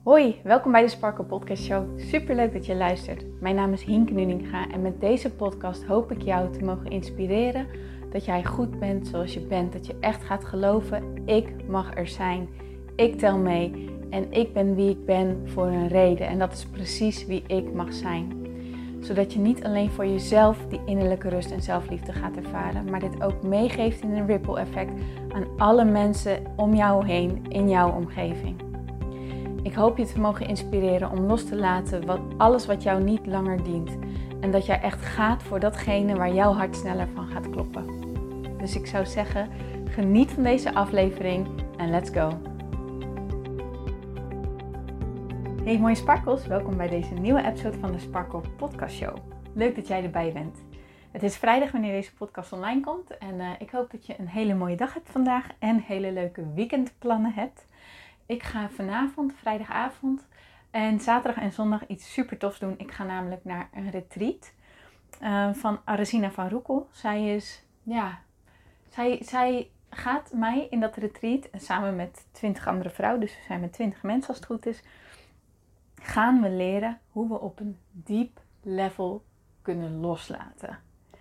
Hoi, welkom bij de Sparkle Podcast Show. Superleuk dat je luistert. Mijn naam is Hienke Nuninga en met deze podcast hoop ik jou te mogen inspireren dat jij goed bent zoals je bent. Dat je echt gaat geloven, ik mag er zijn, ik tel mee en ik ben wie ik ben voor een reden. En dat is precies wie ik mag zijn. Zodat je niet alleen voor jezelf die innerlijke rust en zelfliefde gaat ervaren, maar dit ook meegeeft in een ripple effect aan alle mensen om jou heen in jouw omgeving. Ik hoop je te mogen inspireren om los te laten alles wat jou niet langer dient. En dat jij echt gaat voor datgene waar jouw hart sneller van gaat kloppen. Dus ik zou zeggen, geniet van deze aflevering en let's go! Hey mooie sparkles, welkom bij deze nieuwe episode van de Sparkle Podcast Show. Leuk dat jij erbij bent. Het is vrijdag wanneer deze podcast online komt en ik hoop dat je een hele mooie dag hebt vandaag en hele leuke weekendplannen hebt. Ik ga vanavond, vrijdagavond en zaterdag en zondag iets super tofs doen. Ik ga namelijk naar een retreat van Arazina van Roekel. Zij gaat mij in dat retreat, samen met 20 andere vrouwen, dus we zijn met 20 mensen als het goed is, gaan we leren hoe we op een diep level kunnen loslaten.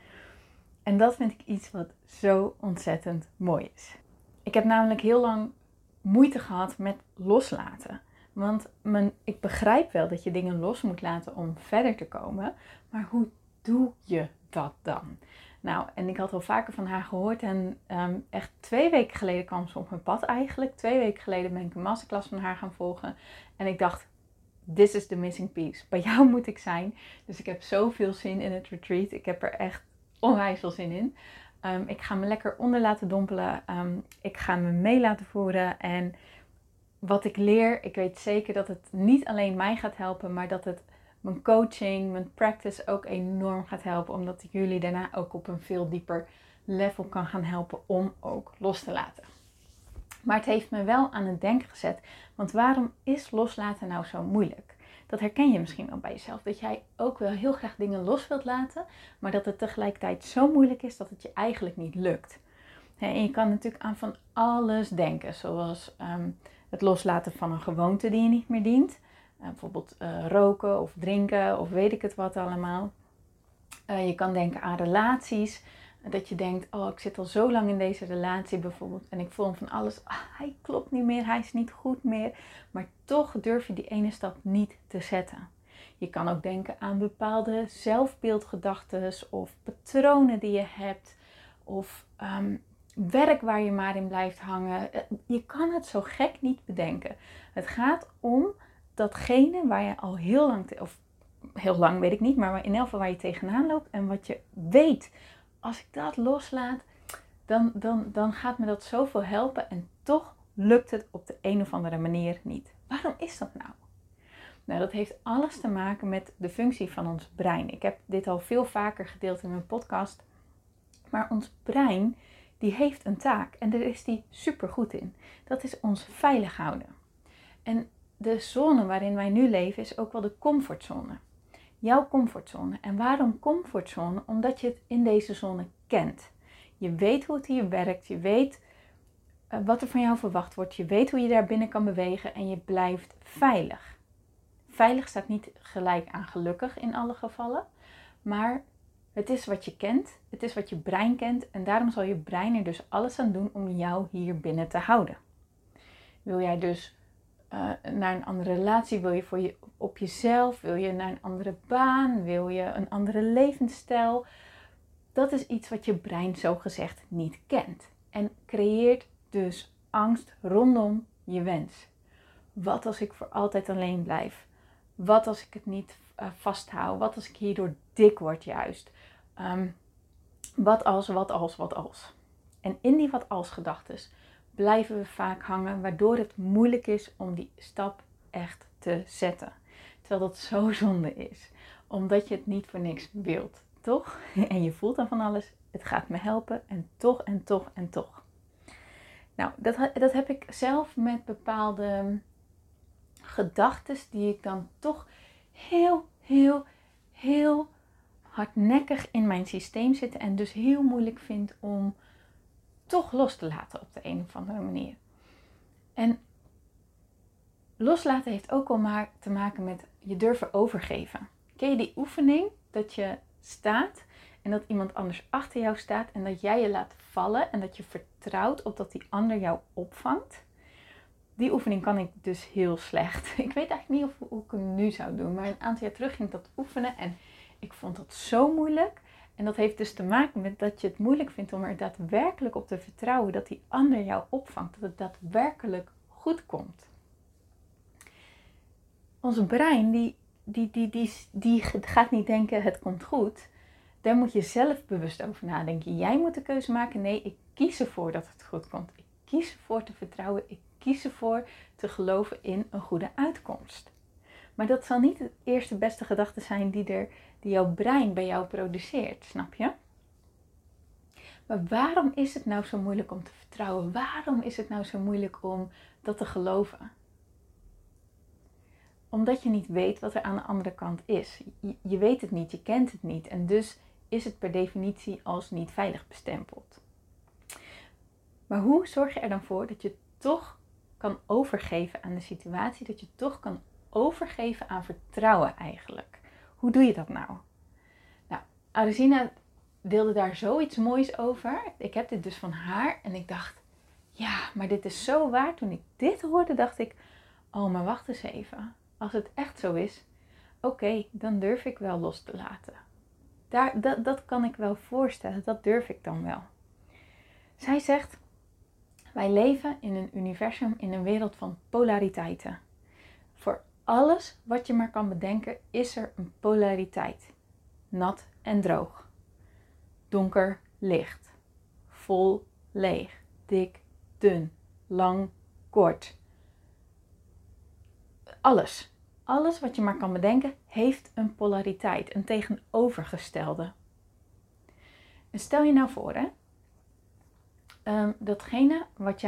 En dat vind ik iets wat zo ontzettend mooi is. Ik heb namelijk heel lang moeite gehad met loslaten. Want ik begrijp wel dat je dingen los moet laten om verder te komen. Maar hoe doe je dat dan? Nou, en ik had al vaker van haar gehoord. En echt 2 weken geleden kwam ze op mijn pad eigenlijk. 2 weken geleden ben ik een masterclass van haar gaan volgen. En ik dacht, this is the missing piece. Bij jou moet ik zijn. Dus ik heb zoveel zin in het retreat. Ik heb er echt onwijs veel zin in. Ik ga me lekker onder laten dompelen. Ik ga me mee laten voeren. En wat ik leer, ik weet zeker dat het niet alleen mij gaat helpen, maar dat het mijn coaching, mijn practice ook enorm gaat helpen. Omdat ik jullie daarna ook op een veel dieper level kan gaan helpen om ook los te laten. Maar het heeft me wel aan het denken gezet. Want waarom is loslaten nou zo moeilijk? Dat herken je misschien wel bij jezelf. Dat jij ook wel heel graag dingen los wilt laten. Maar dat het tegelijkertijd zo moeilijk is dat het je eigenlijk niet lukt. En je kan natuurlijk aan van alles denken. Zoals het loslaten van een gewoonte die je niet meer dient. Bijvoorbeeld roken of drinken of weet ik het wat allemaal. Je kan denken aan relaties. Dat je denkt, oh ik zit al zo lang in deze relatie bijvoorbeeld. En ik voel van alles, hij klopt niet meer, hij is niet goed meer. Maar toch durf je die ene stap niet te zetten. Je kan ook denken aan bepaalde zelfbeeldgedachten of patronen die je hebt. Of werk waar je maar in blijft hangen. Je kan het zo gek niet bedenken. Het gaat om datgene waar je al heel lang, of heel lang weet ik niet, maar in elk geval waar je tegenaan loopt. En wat je weet, als ik dat loslaat, dan gaat me dat zoveel helpen. En toch lukt het op de een of andere manier niet. Waarom is dat nou? Nou, dat heeft alles te maken met de functie van ons brein. Ik heb dit al veel vaker gedeeld in mijn podcast. Maar ons brein, die heeft een taak en daar is die super goed in. Dat is ons veilig houden. En de zone waarin wij nu leven is ook wel de comfortzone. Jouw comfortzone. En waarom comfortzone? Omdat je het in deze zone kent. Je weet hoe het hier werkt. Je weet wat er van jou verwacht wordt. Je weet hoe je daar binnen kan bewegen en je blijft veilig. Veilig staat niet gelijk aan gelukkig in alle gevallen. Maar het is wat je kent. Het is wat je brein kent. En daarom zal je brein er dus alles aan doen om jou hier binnen te houden. Wil jij dus naar een andere relatie? Wil je op jezelf? Wil je naar een andere baan? Wil je een andere levensstijl? Dat is iets wat je brein zogezegd niet kent. En creëert dus angst rondom je wens. Wat als ik voor altijd alleen blijf? Wat als ik het niet vasthoud? Wat als ik hierdoor dik word juist? Wat als? En in die wat als gedachtes blijven we vaak hangen, waardoor het moeilijk is om die stap echt te zetten. Terwijl dat zo zonde is, omdat je het niet voor niks wilt, toch? En je voelt dan van alles, het gaat me helpen en toch en toch en toch. Nou, dat heb ik zelf met bepaalde gedachtes die ik dan toch heel hardnekkig in mijn systeem zitten en dus heel moeilijk vind om toch los te laten op de een of andere manier. En loslaten heeft ook wel maar te maken met je durven overgeven. Ken je die oefening dat je staat en dat iemand anders achter jou staat en dat jij je laat vallen en dat je vertrouwt op dat die ander jou opvangt? Die oefening kan ik dus heel slecht. Ik weet eigenlijk niet hoe ik hem nu zou doen, maar een aantal jaar terug ging ik dat oefenen en ik vond dat zo moeilijk. En dat heeft dus te maken met dat je het moeilijk vindt om er daadwerkelijk op te vertrouwen dat die ander jou opvangt, dat het daadwerkelijk goed komt. Onze brein die gaat niet denken het komt goed. Daar moet je zelf bewust over nadenken. Jij moet de keuze maken. Nee, ik kies ervoor dat het goed komt. Ik kies ervoor te vertrouwen. Ik kies ervoor te geloven in een goede uitkomst. Maar dat zal niet de eerste beste gedachte zijn die jouw brein bij jou produceert. Snap je? Maar waarom is het nou zo moeilijk om te vertrouwen? Waarom is het nou zo moeilijk om dat te geloven? Omdat je niet weet wat er aan de andere kant is. Je weet het niet, je kent het niet. En dus is het per definitie als niet veilig bestempeld. Maar hoe zorg je er dan voor dat je toch kan overgeven aan de situatie? Dat je toch kan overgeven aan vertrouwen eigenlijk? Hoe doe je dat nou? Nou, Aresina deelde daar zoiets moois over. Ik heb dit dus van haar en ik dacht, ja, maar dit is zo waar. Toen ik dit hoorde, dacht ik, oh, maar wacht eens even. Als het echt zo is, oké, dan durf ik wel los te laten. Dat kan ik wel voorstellen, dat durf ik dan wel. Zij zegt, wij leven in een universum, in een wereld van polariteiten. Voor alles wat je maar kan bedenken, is er een polariteit. Nat en droog. Donker, licht. Vol, leeg. Dik, dun. Lang, kort. Alles wat je maar kan bedenken, heeft een polariteit, een tegenovergestelde. En stel je nou voor, datgene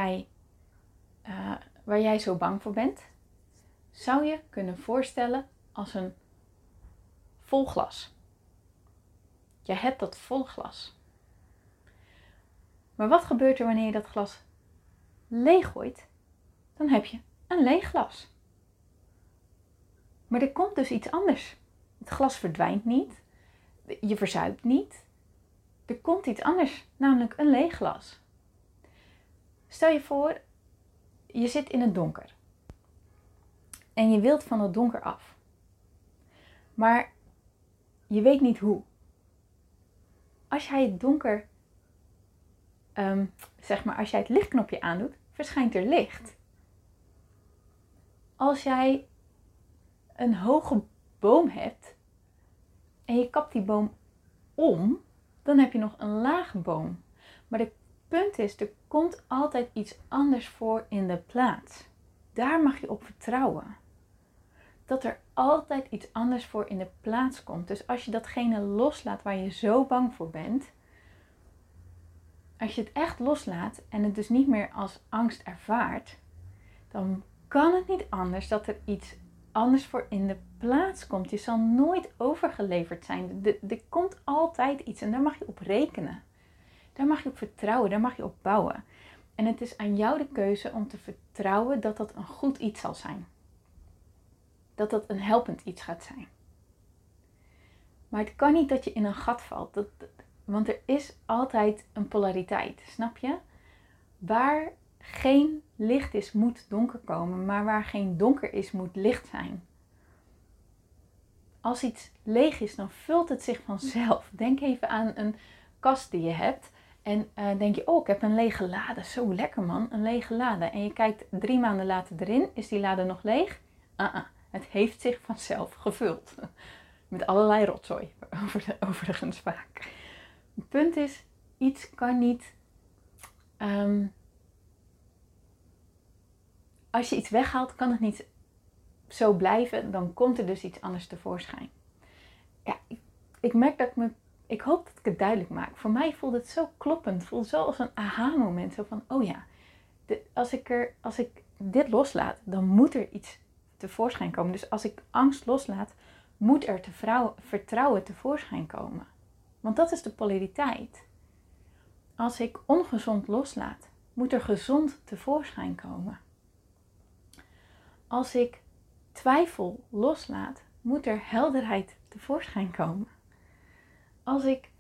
waar jij zo bang voor bent, zou je kunnen voorstellen als een vol glas. Je hebt dat vol glas. Maar wat gebeurt er wanneer je dat glas leeggooit? Dan heb je een leeg glas. Maar er komt dus iets anders. Het glas verdwijnt niet. Je verzuipt niet. Er komt iets anders, namelijk een leeg glas. Stel je voor, je zit in het donker. En je wilt van het donker af. Maar je weet niet hoe. Als jij het donker, als jij het lichtknopje aandoet, verschijnt er licht. Als jij een hoge boom hebt en je kapt die boom om, dan heb je nog een lage boom. Maar het punt is, er komt altijd iets anders voor in de plaats. Daar mag je op vertrouwen. Dat er altijd iets anders voor in de plaats komt. Dus als je datgene loslaat waar je zo bang voor bent, als je het echt loslaat en het dus niet meer als angst ervaart, dan kan het niet anders dat er iets anders voor in de plaats komt. Je zal nooit overgeleverd zijn. Er komt altijd iets en daar mag je op rekenen. Daar mag je op vertrouwen, daar mag je op bouwen. En het is aan jou de keuze om te vertrouwen dat dat een goed iets zal zijn. Dat dat een helpend iets gaat zijn. Maar het kan niet dat je in een gat valt. Want er is altijd een polariteit, snap je? Waar geen licht is, moet donker komen. Maar waar geen donker is, moet licht zijn. Als iets leeg is, dan vult het zich vanzelf. Denk even aan een kast die je hebt. En denk je, oh, ik heb een lege lade. Zo lekker man, een lege lade. En je kijkt 3 maanden later erin. Is die lade nog leeg? Het heeft zich vanzelf gevuld. Met allerlei rotzooi, overigens vaak. Het punt is, iets kan niet... als je iets weghaalt, kan het niet zo blijven. Dan komt er dus iets anders tevoorschijn. Ja, ik merk dat ik hoop dat ik het duidelijk maak. Voor mij voelt het zo kloppend. Het voelt zo als een aha-moment. Zo van, oh ja, als ik dit loslaat, dan moet er iets tevoorschijn komen. Dus als ik angst loslaat, moet er vertrouwen tevoorschijn komen. Want dat is de polariteit. Als ik ongezond loslaat, moet er gezond tevoorschijn komen. Als ik twijfel loslaat, moet er helderheid tevoorschijn komen. Als ik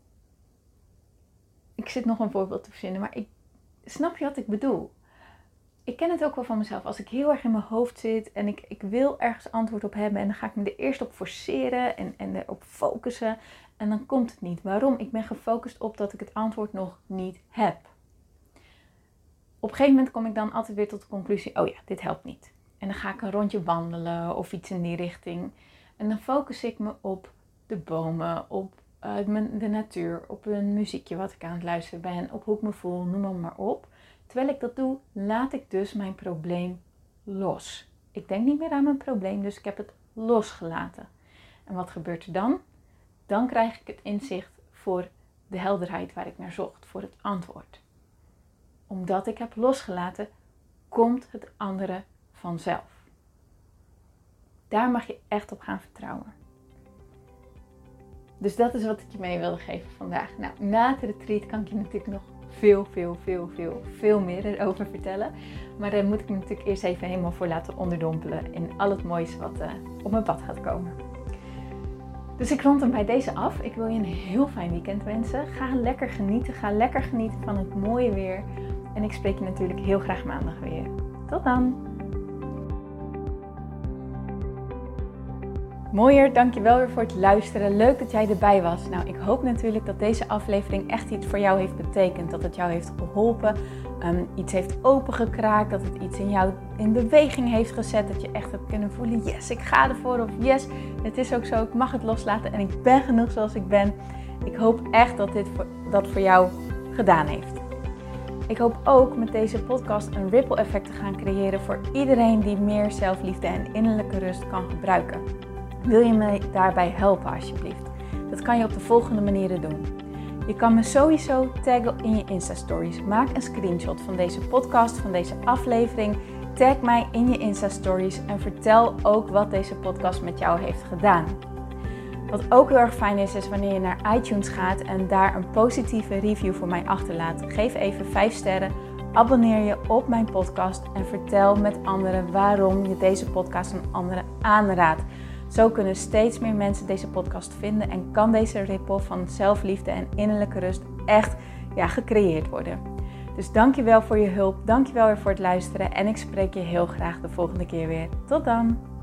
zit nog een voorbeeld te verzinnen, maar snap je wat ik bedoel? Ik ken het ook wel van mezelf. Als ik heel erg in mijn hoofd zit en ik wil ergens antwoord op hebben en dan ga ik me er eerst op forceren en erop focussen en dan komt het niet. Waarom? Ik ben gefocust op dat ik het antwoord nog niet heb. Op een gegeven moment kom ik dan altijd weer tot de conclusie, oh ja, dit helpt niet. En dan ga ik een rondje wandelen of iets in die richting. En dan focus ik me op de bomen, op de natuur, op een muziekje wat ik aan het luisteren ben, op hoe ik me voel, noem maar op. Terwijl ik dat doe, laat ik dus mijn probleem los. Ik denk niet meer aan mijn probleem, dus ik heb het losgelaten. En wat gebeurt er dan? Dan krijg ik het inzicht voor de helderheid waar ik naar zocht, voor het antwoord. Omdat ik heb losgelaten, komt het andere vanzelf. Daar mag je echt op gaan vertrouwen. Dus dat is wat ik je mee wilde geven vandaag. Nou, na het retreat kan ik je natuurlijk nog veel meer erover vertellen. Maar daar moet ik me natuurlijk eerst even helemaal voor laten onderdompelen in al het moois wat op mijn pad gaat komen. Dus ik rond hem bij deze af. Ik wil je een heel fijn weekend wensen. Ga lekker genieten. Ga lekker genieten van het mooie weer. En ik spreek je natuurlijk heel graag maandag weer. Tot dan! Mooier, dankjewel weer voor het luisteren. Leuk dat jij erbij was. Nou, ik hoop natuurlijk dat deze aflevering echt iets voor jou heeft betekend. Dat het jou heeft geholpen, iets heeft opengekraakt, dat het iets in jou in beweging heeft gezet. Dat je echt hebt kunnen voelen, yes, ik ga ervoor. Of yes, het is ook zo, ik mag het loslaten en ik ben genoeg zoals ik ben. Ik hoop echt dat dit dat voor jou gedaan heeft. Ik hoop ook met deze podcast een ripple effect te gaan creëren voor iedereen die meer zelfliefde en innerlijke rust kan gebruiken. Wil je me daarbij helpen alsjeblieft? Dat kan je op de volgende manieren doen. Je kan me sowieso taggen in je Insta-stories. Maak een screenshot van deze podcast, van deze aflevering. Tag mij in je Insta-stories en vertel ook wat deze podcast met jou heeft gedaan. Wat ook heel erg fijn is wanneer je naar iTunes gaat en daar een positieve review voor mij achterlaat. Geef even 5 sterren, abonneer je op mijn podcast en vertel met anderen waarom je deze podcast aan anderen aanraadt. Zo kunnen steeds meer mensen deze podcast vinden en kan deze ripple van zelfliefde en innerlijke rust echt gecreëerd worden. Dus dankjewel voor je hulp, dankjewel weer voor het luisteren en ik spreek je heel graag de volgende keer weer. Tot dan!